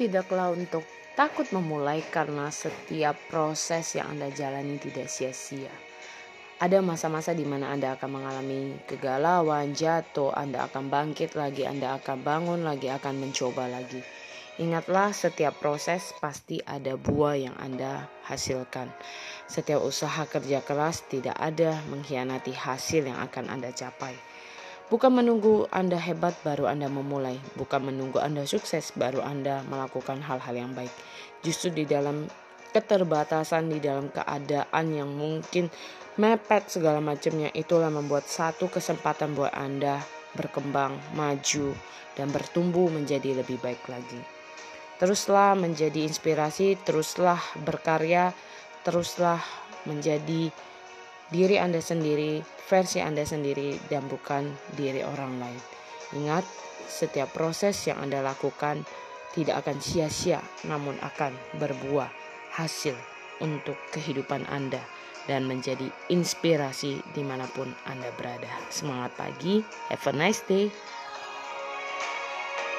tidaklah untuk takut memulai karena setiap proses yang Anda jalani tidak sia-sia. Ada masa-masa di mana Anda akan mengalami kegalauan, jatuh, Anda akan bangkit lagi, Anda akan bangun lagi, akan mencoba lagi. Ingatlah, setiap proses pasti ada buah yang Anda hasilkan. Setiap usaha kerja keras tidak ada mengkhianati hasil yang akan Anda capai. Bukan menunggu Anda hebat baru Anda memulai, bukan menunggu Anda sukses baru Anda melakukan hal-hal yang baik. Justru di dalam keterbatasan, di dalam keadaan yang mungkin mepet segala macamnya, itulah membuat satu kesempatan buat Anda berkembang, maju, dan bertumbuh menjadi lebih baik lagi. Teruslah menjadi inspirasi, teruslah berkarya, teruslah menjadi diri Anda sendiri, versi Anda sendiri, dan bukan diri orang lain. Ingat, setiap proses yang Anda lakukan tidak akan sia-sia, namun akan berbuah hasil untuk kehidupan Anda dan menjadi inspirasi dimanapun Anda berada. Semangat pagi, have a nice day.